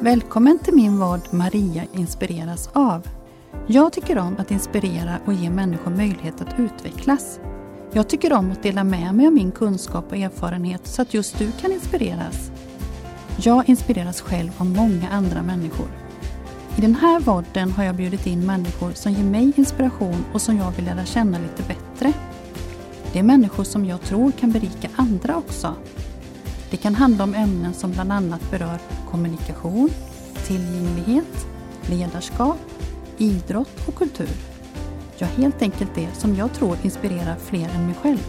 Välkommen till min vad Maria inspireras av. Jag tycker om att inspirera och ge människor möjlighet att utvecklas. Jag tycker om att dela med mig av min kunskap och erfarenhet så att just du kan inspireras. Jag inspireras själv av många andra människor. I den här podden har jag bjudit in människor som ger mig inspiration och som jag vill lära känna lite bättre. Det är människor som jag tror kan berika andra också. Det kan handla om ämnen som bland annat berör kommunikation, tillgänglighet, ledarskap, idrott och kultur. Ja, helt enkelt det som jag tror inspirerar fler än mig själv.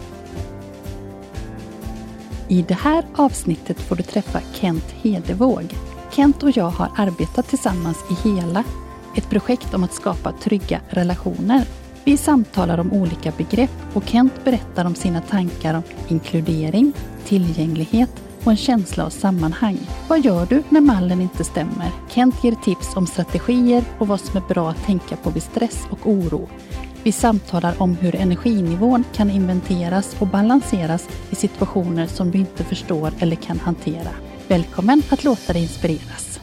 I det här avsnittet får du träffa Kent Hedevåg. Kent och jag har arbetat tillsammans i Hela, ett projekt om att skapa trygga relationer. Vi samtalar om olika begrepp och Kent berättar om sina tankar om inkludering, tillgänglighet och en känsla av sammanhang. Vad gör du när mallen inte stämmer? Kent ger tips om strategier och vad som är bra att tänka på vid stress och oro. Vi samtalar om hur energinivån kan inventeras och balanseras i situationer som du inte förstår eller kan hantera. Välkommen att låta dig inspireras.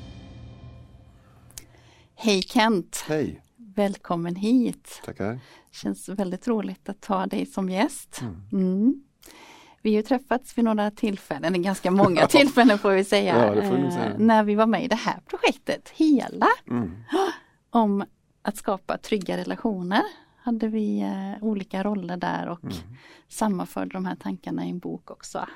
Hej Kent! Hej! Välkommen hit! Tackar! Känns väldigt roligt att ha dig som gäst. Vi har ju träffats vid några tillfällen, ganska många tillfällen får vi säga, ja, det får ni säga. När vi var med i det här projektet, Hela, om att skapa trygga relationer. Hade vi olika roller där och sammanförde de här tankarna i en bok också.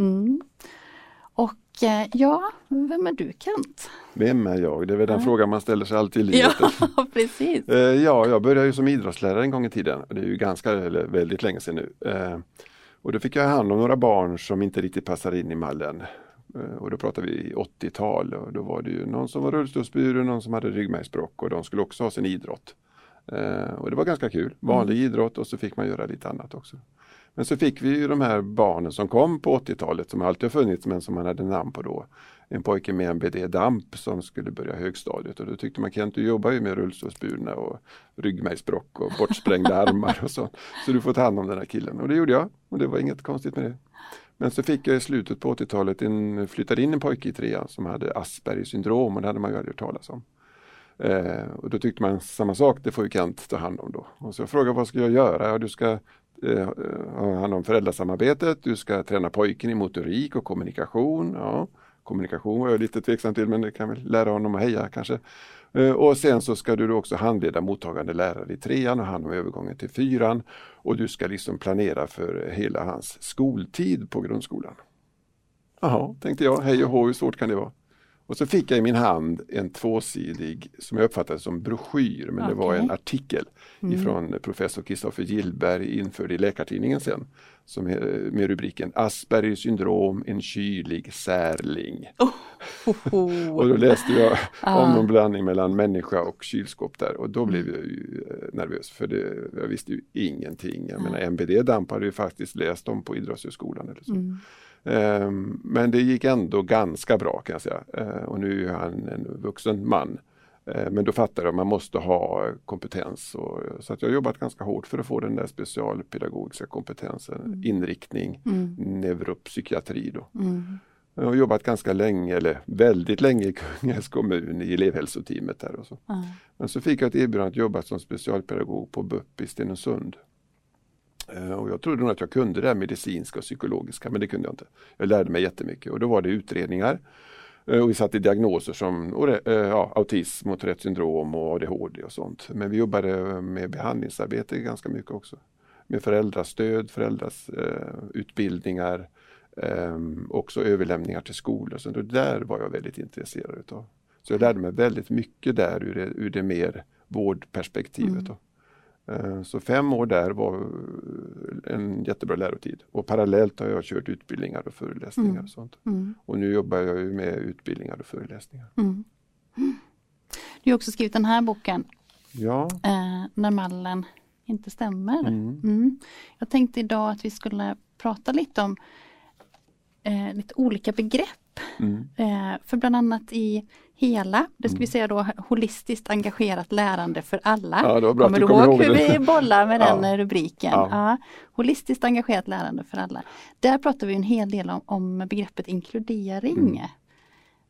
Och ja, vem är du Kent? Vem är jag? Det är väl den frågan man ställer sig alltid i livet. Ja, precis. Ja, jag började ju som idrottslärare en gång i tiden. Det är ju väldigt länge sedan nu. Och då fick jag hand om några barn som inte riktigt passade in i mallen. Och då pratade vi 80-tal och då var det ju någon som var rullstolsburen, någon som hade ryggmärgsbråck och de skulle också ha sin idrott. Och det var ganska kul. Vanlig idrott och så fick man göra lite annat också. Men så fick vi ju de här barnen som kom på 80-talet som alltid har funnits men som man hade namn på då. En pojke med MBD-damp som skulle börja högstadiet och då tyckte man Kent, du jobbar ju med rullstolsburna och ryggmärgsbråck och bortsprängda armar och så. Så du får ta hand om den här killen och det gjorde jag och det var inget konstigt med det. Men så fick jag i slutet på 80-talet flyttade in en pojke i 3:an som hade Aspergers syndrom och det hade man ju aldrig hört talas om. Och då tyckte man samma sak, det får ju Kent ta hand om då. Och så jag frågade vad ska jag göra? Ja, du ska ha hand om föräldrasamarbetet, du ska träna pojken i motorik och kommunikation. Ja, kommunikation var jag lite tveksam till men det kan väl lära honom att heja kanske. Och sen så ska du också handleda mottagande lärare i 3:an och hand om övergången till 4:an. Och du ska liksom planera för hela hans skoltid på grundskolan. Jaha, tänkte jag, hej och hå, hur svårt kan det vara? Och så fick jag i min hand en 2-sidig som jag uppfattade som broschyr, men det var en artikel ifrån professor Kristoffer Gillberg införd i Läkartidningen sen, som med rubriken Aspergers syndrom, en kylig särling. Och då läste jag om någon blandning mellan människa och kylskåp där och då blev jag ju nervös för jag visste ju ingenting. Jag menar MBD-damp hade ju faktiskt läst om på Idrottshögskolan eller så. Men det gick ändå ganska bra kan jag säga. Och nu är han en vuxen man. Men då fattar jag att man måste ha kompetens. Så att jag har jobbat ganska hårt för att få den där specialpedagogiska kompetensen. Inriktning, neuropsykiatri då. Jag har jobbat ganska länge, eller väldigt länge i Kungälvs kommun i elevhälsoteamet där och så. Men så fick jag ett erbjudande att jobba som specialpedagog på BUP i Stenungsund. Och jag trodde nog att jag kunde det här medicinska och psykologiska, men det kunde jag inte. Jag lärde mig jättemycket och då var det utredningar och vi satte diagnoser som autism och Tourettes syndrom och ADHD och sånt. Men vi jobbade med behandlingsarbete ganska mycket också. Med föräldrastöd, föräldrars utbildningar, också överlämningar till skolor. Så det där var jag väldigt intresserad utav. Så jag lärde mig väldigt mycket där ur det mer vårdperspektivet då. Så 5 år där var en jättebra lärotid. Och parallellt har jag kört utbildningar och föreläsningar och sånt. Och nu jobbar jag ju med utbildningar och föreläsningar. Du har också skrivit den här boken. Ja. När mallen inte stämmer. Jag tänkte idag att vi skulle prata lite om lite olika begrepp. För bland annat i Hela, det ska vi säga då, holistiskt engagerat lärande för alla. Ja, det var bra. Kommer du ihåg hur vi bollar med den rubriken? Ja. Holistiskt engagerat lärande för alla. Där pratar vi en hel del om begreppet inkludering.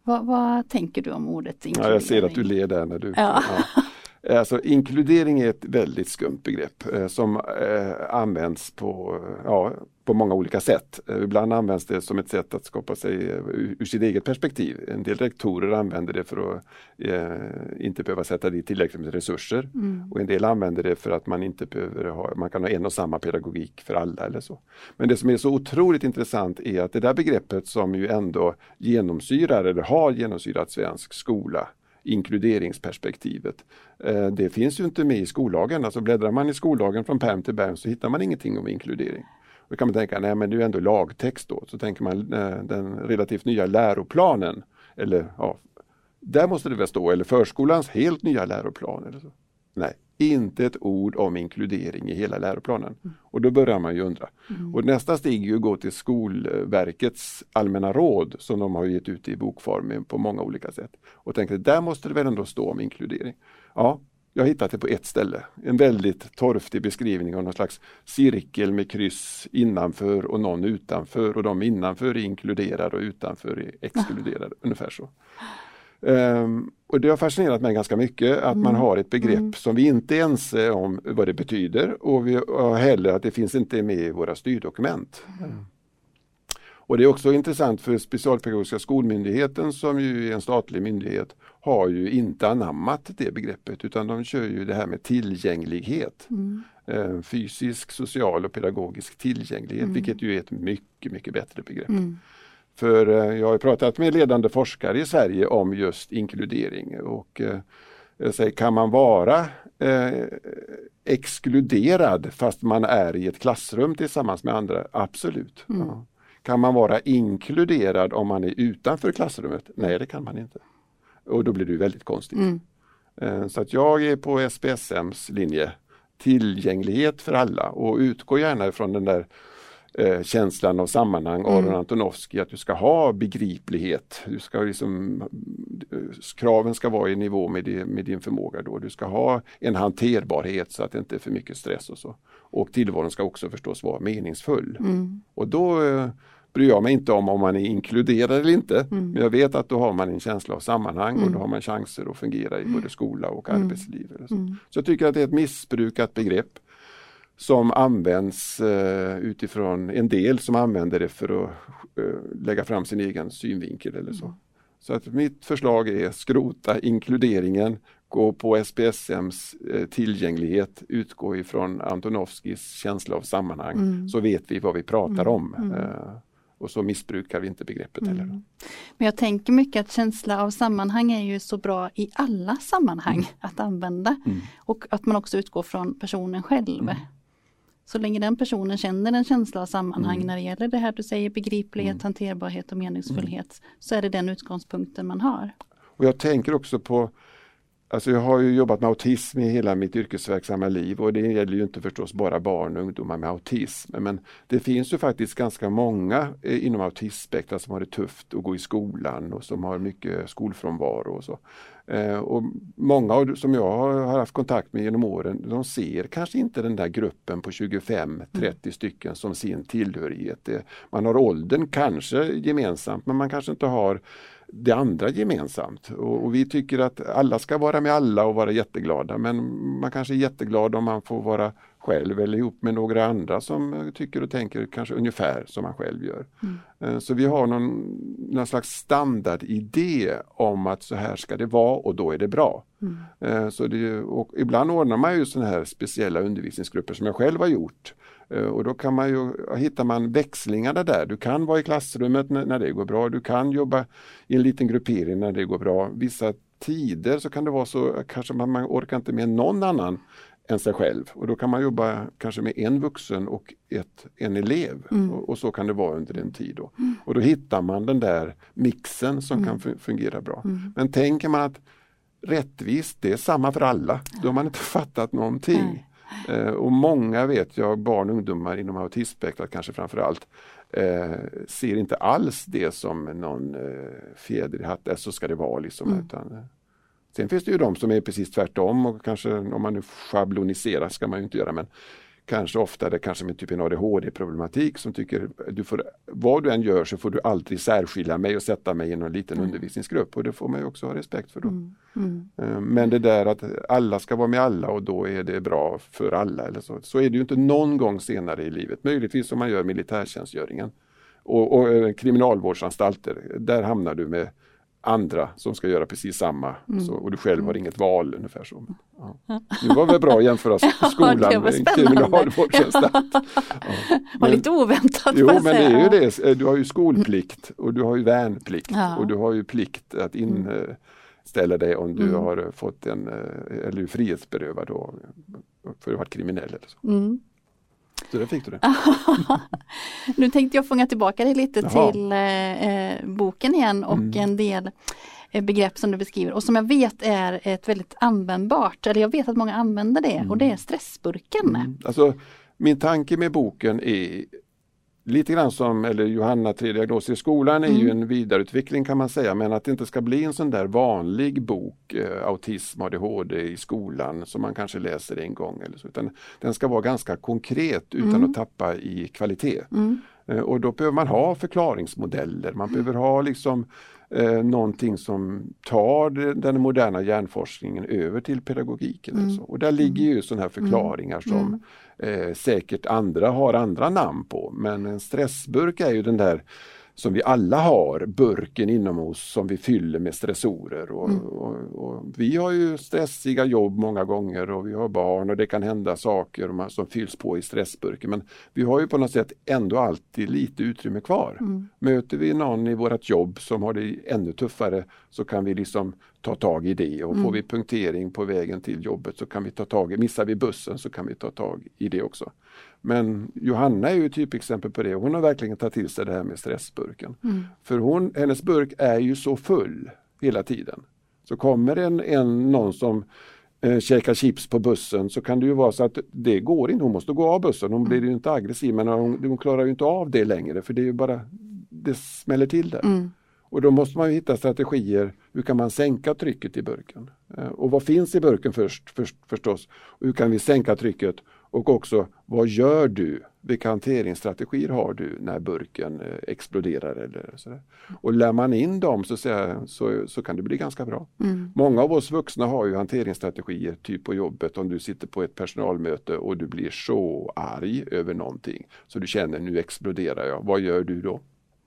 Vad tänker du om ordet inkludering? Ja, jag ser att du ler där när du... Ja. Alltså, inkludering är ett väldigt skumt begrepp som används på många olika sätt. Ibland används det som ett sätt att skapa sig ur sitt eget perspektiv. En del rektorer använder det för att inte behöva sätta dit tillräckligt med resurser. Och en del använder det för att man inte behöver man kan ha en och samma pedagogik för alla eller så. Men det som är så otroligt intressant är att det där begreppet som ju ändå genomsyrar eller har genomsyrat svensk skola, inkluderingsperspektivet. Det finns ju inte med i skollagen. Alltså bläddrar man i skollagen från pärm till pärm så hittar man ingenting om inkludering. Då kan man tänka, nej men det är ju ändå lagtext då. Så tänker man den relativt nya läroplanen. Eller ja, där måste det väl stå. Eller förskolans helt nya läroplan. Eller så. Nej, inte ett ord om inkludering i hela läroplanen. Och då börjar man ju undra. Och nästa steg är ju att gå till Skolverkets allmänna råd som de har gett ut i bokform på många olika sätt. Och tänker, där måste det väl ändå stå om inkludering. Ja, jag har hittat det på ett ställe. En väldigt torftig beskrivning av någon slags cirkel med kryss innanför och någon utanför. Och de innanför är inkluderade och utanför är exkluderade. Ungefär så. Och det har fascinerat mig ganska mycket att man har ett begrepp som vi inte är ense om vad det betyder och vi har heller att det finns inte med i våra styrdokument. Och det är också intressant för Specialpedagogiska skolmyndigheten som ju är en statlig myndighet har ju inte anammat det begreppet utan de kör ju det här med tillgänglighet. Fysisk, social och pedagogisk tillgänglighet vilket ju är ett mycket, mycket bättre begrepp. För jag har pratat med ledande forskare i Sverige om just inkludering och jag säger, kan man vara exkluderad fast man är i ett klassrum tillsammans med andra? Absolut. Ja. Kan man vara inkluderad om man är utanför klassrummet? Nej, det kan man inte. Och då blir det väldigt konstigt. Så att jag är på SPSMs linje tillgänglighet för alla och utgår gärna från den där känslan av sammanhang, Aron Antonovsky, att du ska ha begriplighet. Du ska liksom, kraven ska vara i nivå med din förmåga då. Du ska ha en hanterbarhet så att det inte är för mycket stress och så. Och tillvaron ska också förstås vara meningsfull. Och då bryr jag mig inte om man är inkluderad eller inte. Men jag vet att då har man en känsla av sammanhang och då har man chanser att fungera i både skola och arbetsliv. Eller så jag tycker att det är ett missbrukat begrepp som används utifrån en del som använder det för att lägga fram sin egen synvinkel eller så. Så att mitt förslag är skrota inkluderingen, gå på SPSMs tillgänglighet, utgå ifrån Antonovskys känsla av sammanhang så vet vi vad vi pratar om. Och så missbrukar vi inte begreppet heller. Men jag tänker mycket att känsla av sammanhang är ju så bra i alla sammanhang att använda. Och att man också utgår från personen själv. Så länge den personen känner en känsla av sammanhang när det gäller det här du säger, begriplighet, hanterbarhet och meningsfullhet, så är det den utgångspunkten man har. Och jag tänker också på, alltså jag har ju jobbat med autism i hela mitt yrkesverksamma liv och det gäller ju inte förstås bara barn och ungdomar med autism. Men det finns ju faktiskt ganska många inom autismspektrat som har det tufft att gå i skolan och som har mycket skolfrånvaro och så. Och många som jag har haft kontakt med genom åren, de ser kanske inte den där gruppen på 25-30 stycken som sin tillhörighet. Man har åldern kanske gemensamt men man kanske inte har det andra gemensamt. Och vi tycker att alla ska vara med alla och vara jätteglada men man kanske är jätteglad om man får vara själv eller ihop med några andra som tycker och tänker kanske ungefär som man själv gör. Så vi har någon slags standardidé om att så här ska det vara och då är det bra. Så och ibland ordnar man ju sådana här speciella undervisningsgrupper som jag själv har gjort. Och då kan hittar man växlingarna där. Du kan vara i klassrummet när det går bra. Du kan jobba i en liten gruppering när det går bra. Vissa tider så kan det vara så kanske man orkar inte med någon annan än sig själv. Och då kan man jobba kanske med en vuxen och en elev. Och så kan det vara under en tid då. Och då hittar man den där mixen som kan fungera bra. Men tänker man att rättvist, det är samma för alla. Då har man inte fattat någonting. Och många vet jag, barn och ungdomar inom autismspektrat kanske framförallt, ser inte alls det som någon fjäder i hatten, så ska det vara liksom. Utan, sen finns det ju de som är precis tvärtom och kanske om man nu schabloniserar ska man ju inte göra, men kanske oftare kanske med typ en ADHD-problematik som tycker vad du än gör så får du aldrig särskilja mig och sätta mig i någon liten undervisningsgrupp, och det får man ju också ha respekt för då. Men det där att alla ska vara med alla och då är det bra för alla eller så är det ju inte någon gång senare i livet, möjligtvis om man gör militärtjänstgöringen och kriminalvårdsanstalter, där hamnar du med andra som ska göra precis samma och du själv har inget val ungefär så. Ja. Det var väl bra att jämföra skolan med en kriminalvårdsanstalt. Var lite oväntat. Jo, men det är ju det. Du har ju skolplikt och du har ju värnplikt och du har ju plikt att inställa dig om du har fått eller är frihetsberövad då, för att ha varit kriminell eller så. Så där fick du det. Nu tänkte jag fånga tillbaka dig lite till boken igen och en del begrepp som du beskriver och som jag vet är ett väldigt användbart, eller jag vet att många använder det, och det är stressburken. Alltså min tanke med boken är lite grann som, eller Johanna 3 diagnoser i skolan är ju en vidareutveckling kan man säga, men att det inte ska bli en sån där vanlig bok, autism, ADHD i skolan som man kanske läser en gång eller så, utan den ska vara ganska konkret utan att tappa i kvalitet. Och då behöver man ha förklaringsmodeller, man behöver ha liksom någonting som tar den moderna hjärnforskningen över till pedagogiken. Och, så. Och där ligger ju sådana här förklaringar som säkert andra har andra namn på. Men en stressburk är ju den där som vi alla har, burken inom oss som vi fyller med stressorer. Och vi har ju stressiga jobb många gånger och vi har barn och det kan hända saker som fylls på i stressburken. Men vi har ju på något sätt ändå alltid lite utrymme kvar. Möter vi någon i vårt jobb som har det ännu tuffare så kan vi liksom ta tag i det, och får vi punktering på vägen till jobbet så kan vi ta tag i, missar vi bussen så kan vi ta tag i det också. Men Johanna är ju ett typexempel på det. Hon har verkligen tagit till sig det här med stressburken. För hennes burk är ju så full hela tiden. Så kommer någon som käkar chips på bussen, så kan det ju vara så att det går inte. Hon måste gå av bussen. Hon blir ju inte aggressiv, men hon klarar ju inte av det längre. För det är ju bara, det smäller till där. Och då måste man ju hitta strategier. Hur kan man sänka trycket i burken? Och vad finns i burken förstås? Och hur kan vi sänka trycket? Och också, vad gör du? Vilka hanteringsstrategier har du när burken exploderar? Eller sådär? Och lär man in dem så kan det bli ganska bra. Många av oss vuxna har ju hanteringsstrategier, typ på jobbet. Om du sitter på ett personalmöte och du blir så arg över någonting så du känner, nu exploderar jag. Vad gör du då?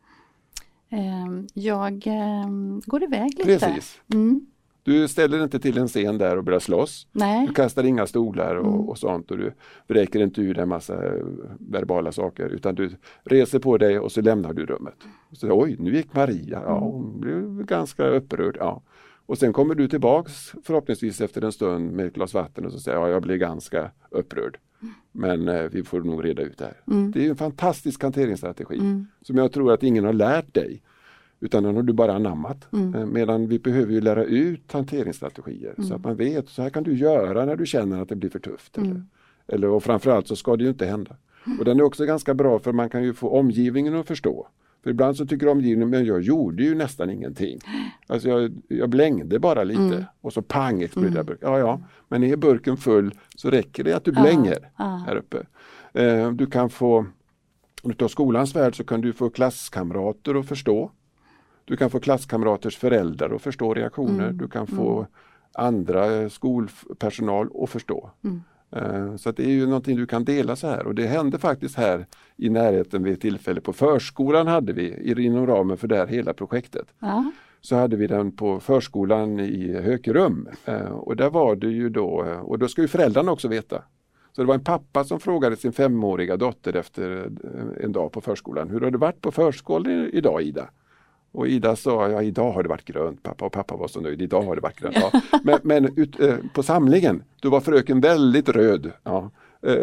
Jag går iväg lite. Precis. Du ställer inte till en scen där och börjar slåss. Nej. Du kastar inga stolar och sånt, och du bräcker inte ur en massa verbala saker, utan du reser på dig och så lämnar du rummet. Och så, oj, nu gick Maria. Ja, hon blev ganska upprörd. Ja. Och sen kommer du tillbaks förhoppningsvis efter en stund med ett glas vatten och så säger jag blev ganska upprörd. Men vi får nog reda ut det här. Det är en fantastisk hanteringsstrategi som jag tror att ingen har lärt dig. Utan den har du bara anammat. Medan vi behöver ju lära ut hanteringsstrategier. Så att man vet, så här kan du göra när du känner att det blir för tufft. Och framförallt så ska det ju inte hända. Och den är också ganska bra, för man kan ju få omgivningen att förstå. För ibland så tycker omgivningen, men jag gjorde ju nästan ingenting. Alltså jag blängde bara lite. Och så pang exploderade burken. Ja, men är burken full så räcker det att du blänger här uppe. Du kan få, om du tar skolans värld, så kan du få klasskamrater att förstå. Du kan få klasskamraters föräldrar att förstå reaktioner. Du kan få andra skolpersonal att förstå. Så att det är ju någonting du kan dela så här. Och det hände faktiskt här i närheten vid ett tillfälle på förskolan, hade vi inom ramen för det här hela projektet. Så hade vi den på förskolan i Hökerum. Och där var det ju då, och då ska ju föräldrarna också veta. Så det var en pappa som frågade sin 5-åriga dotter efter en dag på förskolan: hur har det varit på förskolan idag, Ida? Och Ida sa, ja, idag har det varit grönt, pappa. Och pappa var så nöjd, idag har det varit grönt. Ja. Men på samlingen, då var fröken väldigt röd. Ja.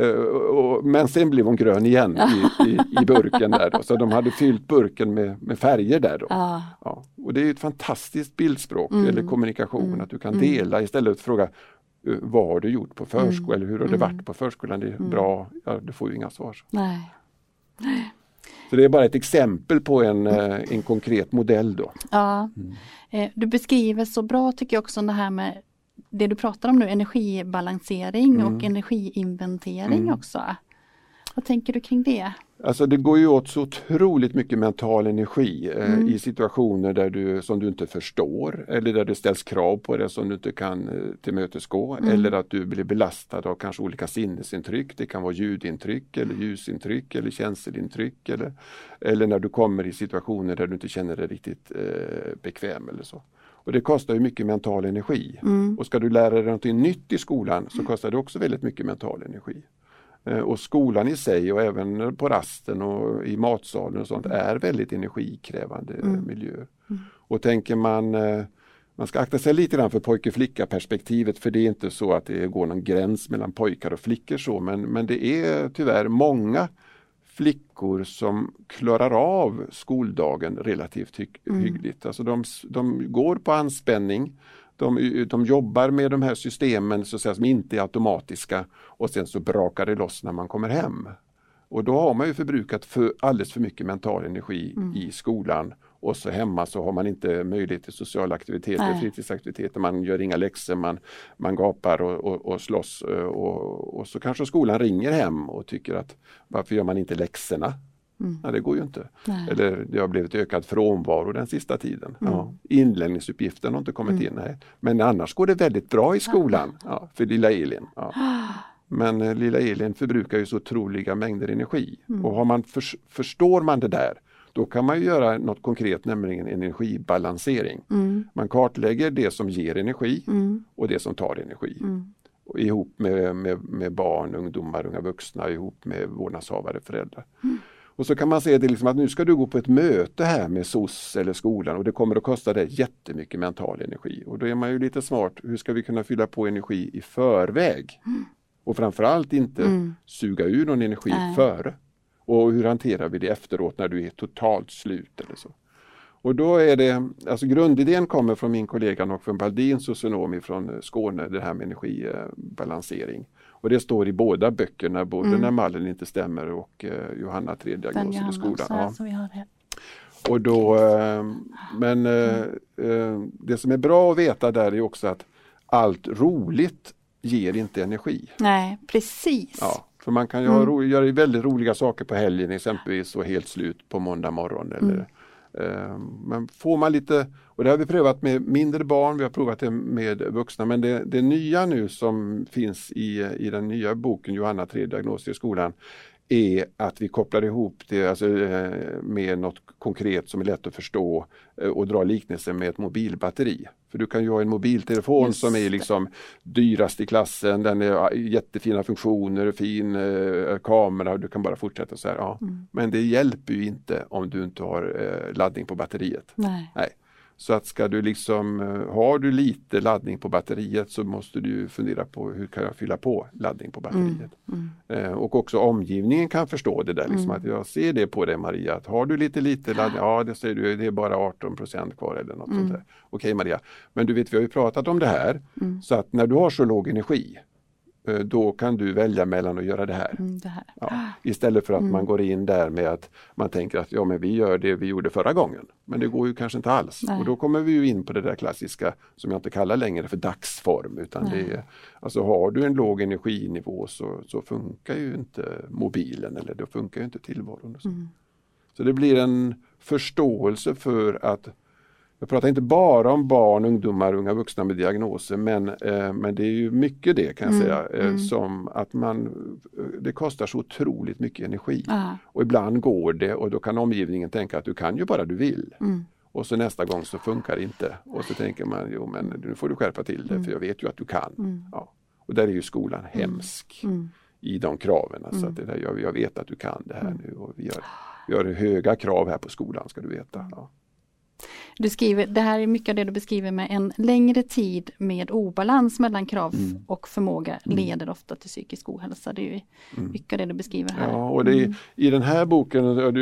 Men sen blev hon grön igen i burken där då. Så de hade fyllt burken med färger där då. Ja. Och det är ett fantastiskt bildspråk eller kommunikation, att du kan dela istället för att fråga, vad har du gjort på förskolan? Eller hur har det varit på förskolan? Det är bra, ja, du får ju inga svar. Nej. Så det är bara ett exempel på en konkret modell då. Ja, du beskriver så bra tycker jag också det här med det du pratar om nu, energibalansering och energiinventering också. Vad tänker du kring det? Alltså det går ju åt så otroligt mycket mental energi i situationer där som du inte förstår eller där det ställs krav på det som du inte kan tillmötesgå eller att du blir belastad av kanske olika sinnesintryck. Det kan vara ljudintryck eller ljusintryck eller känselintryck eller när du kommer i situationer där du inte känner dig riktigt bekväm eller så. Och det kostar ju mycket mental energi. Och ska du lära dig något nytt i skolan så kostar det också väldigt mycket mental energi. Och skolan i sig och även på rasten och i matsalen och sånt är väldigt energikrävande miljöer. Och tänker man ska akta sig lite grann för pojke-flicka perspektivet, för det är inte så att det går någon gräns mellan pojkar och flickor så, men det är tyvärr många flickor som klarar av skoldagen relativt hyggligt. Alltså de går på anspänning. De jobbar med de här systemen så att säga, som inte är automatiska och sen så brakar det loss när man kommer hem. Och då har man ju förbrukat alldeles för mycket mental energi i skolan och så hemma så har man inte möjlighet till sociala aktiviteter, fritidsaktiviteter, man gör inga läxor, man gapar och slåss och så kanske skolan ringer hem och tycker att varför gör man inte läxorna? Ja, det går ju inte. Nej. Eller det har blivit ökad frånvaro den sista tiden. Ja. Inlärningsuppgiften har inte kommit in. Nej. Men annars går det väldigt bra i skolan för lilla Elin. Ja. Men lilla Elin förbrukar ju så otroliga mängder energi. Och har man förstår man det där, då kan man ju göra något konkret, nämligen energibalansering. Man kartlägger det som ger energi och det som tar energi. Och ihop med barn, ungdomar, unga vuxna, ihop med vårdnadshavare, föräldrar. Och så kan man se det liksom att nu ska du gå på ett möte här med SOS eller skolan och det kommer att kosta dig jättemycket mental energi. Och då är man ju lite smart, hur ska vi kunna fylla på energi i förväg? Och framförallt inte suga ur någon energi före. Och hur hanterar vi det efteråt när du är totalt slut eller så? Och då är det, alltså grundidén kommer från min kollega Nockfen Baldin, socionom från Skåne, det här med energibalansering. Och det står i båda böckerna, både När mallen inte stämmer och Johanna 3 diagnoser i skolan. Så vi har det. Och då, det som är bra att veta där är också att allt roligt ger inte energi. Nej, precis. Ja, för man kan göra väldigt roliga saker på helgen, exempelvis och helt slut på måndag morgon eller men får man lite, och det har vi prövat med mindre barn, vi har provat det med vuxna, men det nya nu som finns i den nya boken Johanna 3 diagnoser i skolan är att vi kopplar ihop det alltså, med något konkret som är lätt att förstå och dra liknelser med ett mobilbatteri. För du kan ju ha en mobiltelefon som är liksom dyrast i klassen, den är jättefina funktioner, fin kamera och du kan bara fortsätta så här. Ja. Men det hjälper ju inte om du inte har laddning på batteriet. Nej. Så att ska du liksom, har du lite laddning på batteriet så måste du fundera på hur kan jag fylla på laddning på batteriet. Och också omgivningen kan förstå det där, liksom att jag ser det på dig Maria, att har du lite laddning, ja det säger du, det är bara 18% kvar eller något sånt där. Okej Maria, men du vet vi har ju pratat om det här, så att när du har så låg energi, då kan du välja mellan att göra det här. Ja, istället för att man går in där med att man tänker att men vi gör det vi gjorde förra gången. Men det går ju kanske inte alls. Nej. Och då kommer vi ju in på det där klassiska som jag inte kallar längre för dagsform. Utan det är, alltså har du en låg energinivå så funkar ju inte mobilen eller då funkar ju inte tillvaron. Och så. Så det blir en förståelse för att jag pratar inte bara om barn, ungdomar, unga vuxna med diagnoser, men det är ju mycket det kan jag säga, som att det kostar så otroligt mycket energi. Och ibland går det och då kan omgivningen tänka att du kan ju bara du vill. Och så nästa gång så funkar det inte. Och så tänker man, jo men nu får du skärpa till det för jag vet ju att du kan. Ja. Och där är ju skolan hemsk i de kraven. Alltså att det där, jag vet att du kan det här nu och vi har höga krav här på skolan ska du veta. Ja. Du skriver, det här är mycket av det du beskriver med en längre tid med obalans mellan krav och förmåga leder ofta till psykisk ohälsa. Det är ju mycket av det du beskriver här. Ja, och i den här boken,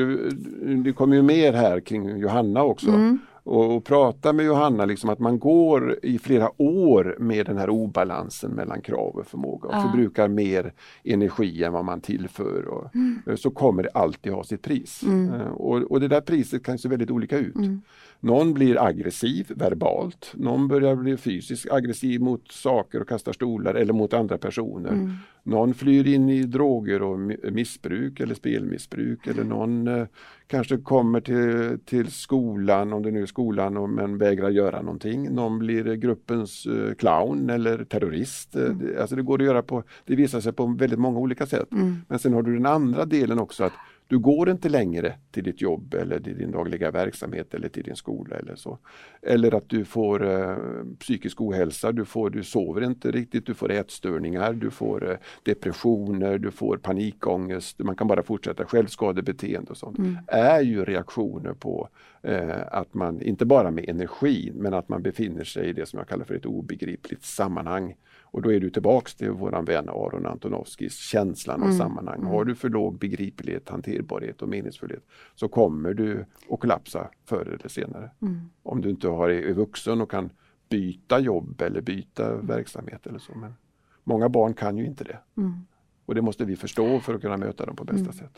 det kommer ju mer här kring Johanna också. Och prata med Johanna, liksom att man går i flera år med den här obalansen mellan krav och förmåga och förbrukar mer energi än vad man tillför. Och, så kommer det alltid ha sitt pris. Och det där priset kan se väldigt olika ut. Någon blir aggressiv verbalt, någon börjar bli fysiskt aggressiv mot saker och kastar stolar eller mot andra personer. någon flyr in i droger och missbruk eller spelmissbruk, eller någon kanske kommer till skolan, om det nu är skolan, men vägrar göra någonting. Någon blir gruppens clown eller terrorist. Alltså det visar sig på väldigt många olika sätt. Men sen har du den andra delen också, att du går inte längre till ditt jobb eller till din dagliga verksamhet eller till din skola eller så. Eller att du får psykisk ohälsa, du sover inte riktigt, du får ätstörningar, du får depressioner, du får panikångest, man kan bara fortsätta, självskadebeteende och sånt. Är ju reaktioner på att man, inte bara med energin, men att man befinner sig i det som jag kallar för ett obegripligt sammanhang. Och då är du tillbaks till våran vän Aron Antonovskis känslan av sammanhang. Har du för låg begriplighet, hanterbarhet och meningsfullhet, så kommer du att kollapsa förr eller senare. Om du inte är vuxen och kan byta jobb eller byta verksamhet eller så. Men många barn kan ju inte det. Och det måste vi förstå för att kunna möta dem på bästa sätt.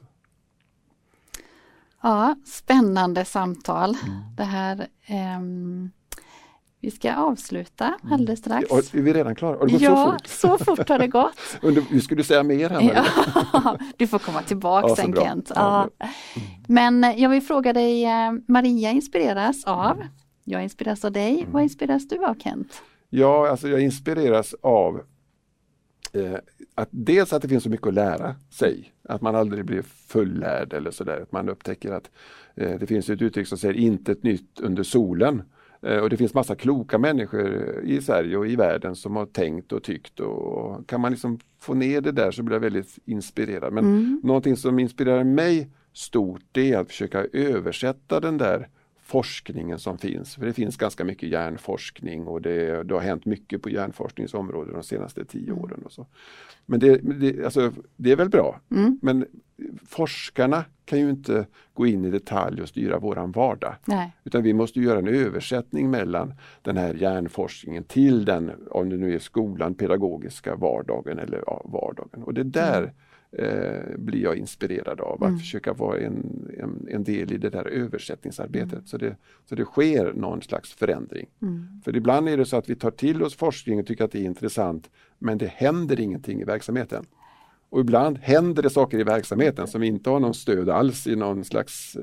Ja, spännande samtal. Det här... Vi ska avsluta alldeles strax. Är vi redan klara? Har det gått så fort? Så fort har det gått. Du skulle säga mer här. Ja, du får komma tillbaka sen, Kent. Ja. Men jag vill fråga dig, Maria inspireras av, jag inspireras av dig. Vad inspireras du av, Kent? Ja, alltså jag inspireras av att dels att det finns så mycket att lära sig. Att man aldrig blir fullärd eller sådär. Att man upptäcker att det finns ett uttryck som säger intet nytt under solen. Och det finns massa kloka människor i Sverige och i världen som har tänkt och tyckt, och kan man liksom få ner det där så blir jag väldigt inspirerad. Men någonting som inspirerar mig stort, det är att försöka översätta den där forskningen som finns. För det finns ganska mycket hjärnforskning och det har hänt mycket på hjärnforskningsområdet de senaste 10 åren och så. Men det är väl bra. Men forskarna kan ju inte gå in i detalj och styra våran vardag. Nej. Utan vi måste göra en översättning mellan den här hjärnforskningen till den, om det nu är skolan, pedagogiska vardagen eller vardagen. Och det där blir jag inspirerad av, att försöka vara en del i det där översättningsarbetet så det sker någon slags förändring. För ibland är det så att vi tar till oss forskning och tycker att det är intressant, men det händer ingenting i verksamheten. Och ibland händer det saker i verksamheten som inte har någon stöd alls i någon slags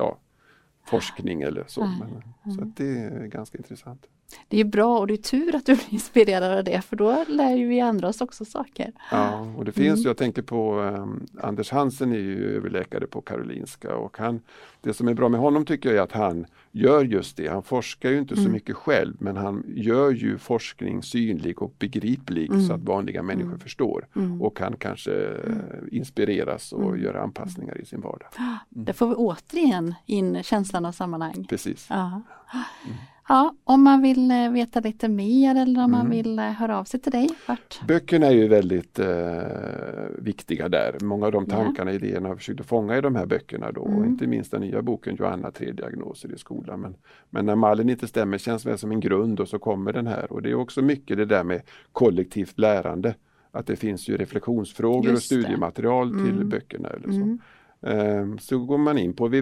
forskning eller så. Så att det är ganska intressant. Det är bra, och det är tur att du blir inspirerad av det, för då lär ju vi andra oss också saker. Ja, och det finns, jag tänker på Anders Hansen är ju överläkare på Karolinska, och det som är bra med honom tycker jag är att han gör just det. Han forskar ju inte så mycket själv, men han gör ju forskning synlig och begriplig så att vanliga människor förstår och kan kanske inspireras och göra anpassningar i sin vardag. Där får vi återigen in känslan av sammanhang. Precis. Ja. Ja, om man vill veta lite mer eller om man vill höra av sig till dig. Böckerna är ju väldigt viktiga där. Många av de tankarna och idéerna har jag försökt att fånga i de här böckerna då. Och inte minst den nya boken Joanna 3 diagnoser i skolan. Men när mallen inte stämmer känns det som en grund, och så kommer den här. Och det är också mycket det där med kollektivt lärande. Att det finns ju reflektionsfrågor och studiematerial till böckerna eller så. Så går man in på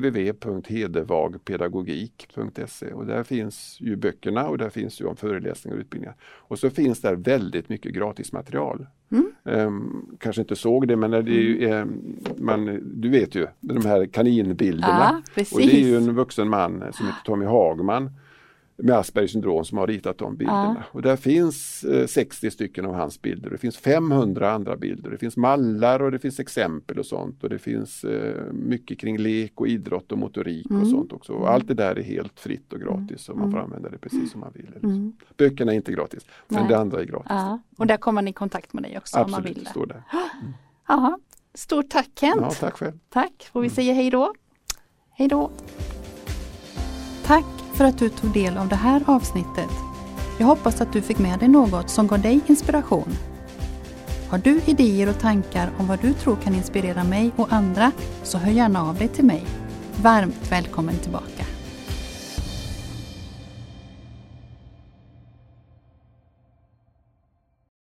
www.hedevagpedagogik.se, och där finns ju böckerna, och där finns ju om föreläsningar och utbildningar. Och så finns där väldigt mycket gratismaterial. Kanske inte såg det, men det är ju, du vet ju, de här kaninbilderna. Och det är ju en vuxen man som heter Tommy Hagman med Aspergers syndrom som har ritat de bilderna. Och där finns 60 stycken av hans bilder. Det finns 500 andra bilder. Det finns mallar och det finns exempel och sånt. Och det finns mycket kring lek och idrott och motorik och sånt också. Och allt det där är helt fritt och gratis, så man får använda det precis som man vill. Böckerna är inte gratis, men det andra är gratis. Ja. Och där kommer man i kontakt med dig också. Absolut, om man vill. Det står där. Ja, stort tack, Kent. Ja, tack själv. Tack, får vi säga hej då. Hej då. Tack för att du tog del av det här avsnittet. Jag hoppas att du fick med dig något som gav dig inspiration. Har du idéer och tankar om vad du tror kan inspirera mig och andra, så hör gärna av dig till mig. Varmt välkommen tillbaka.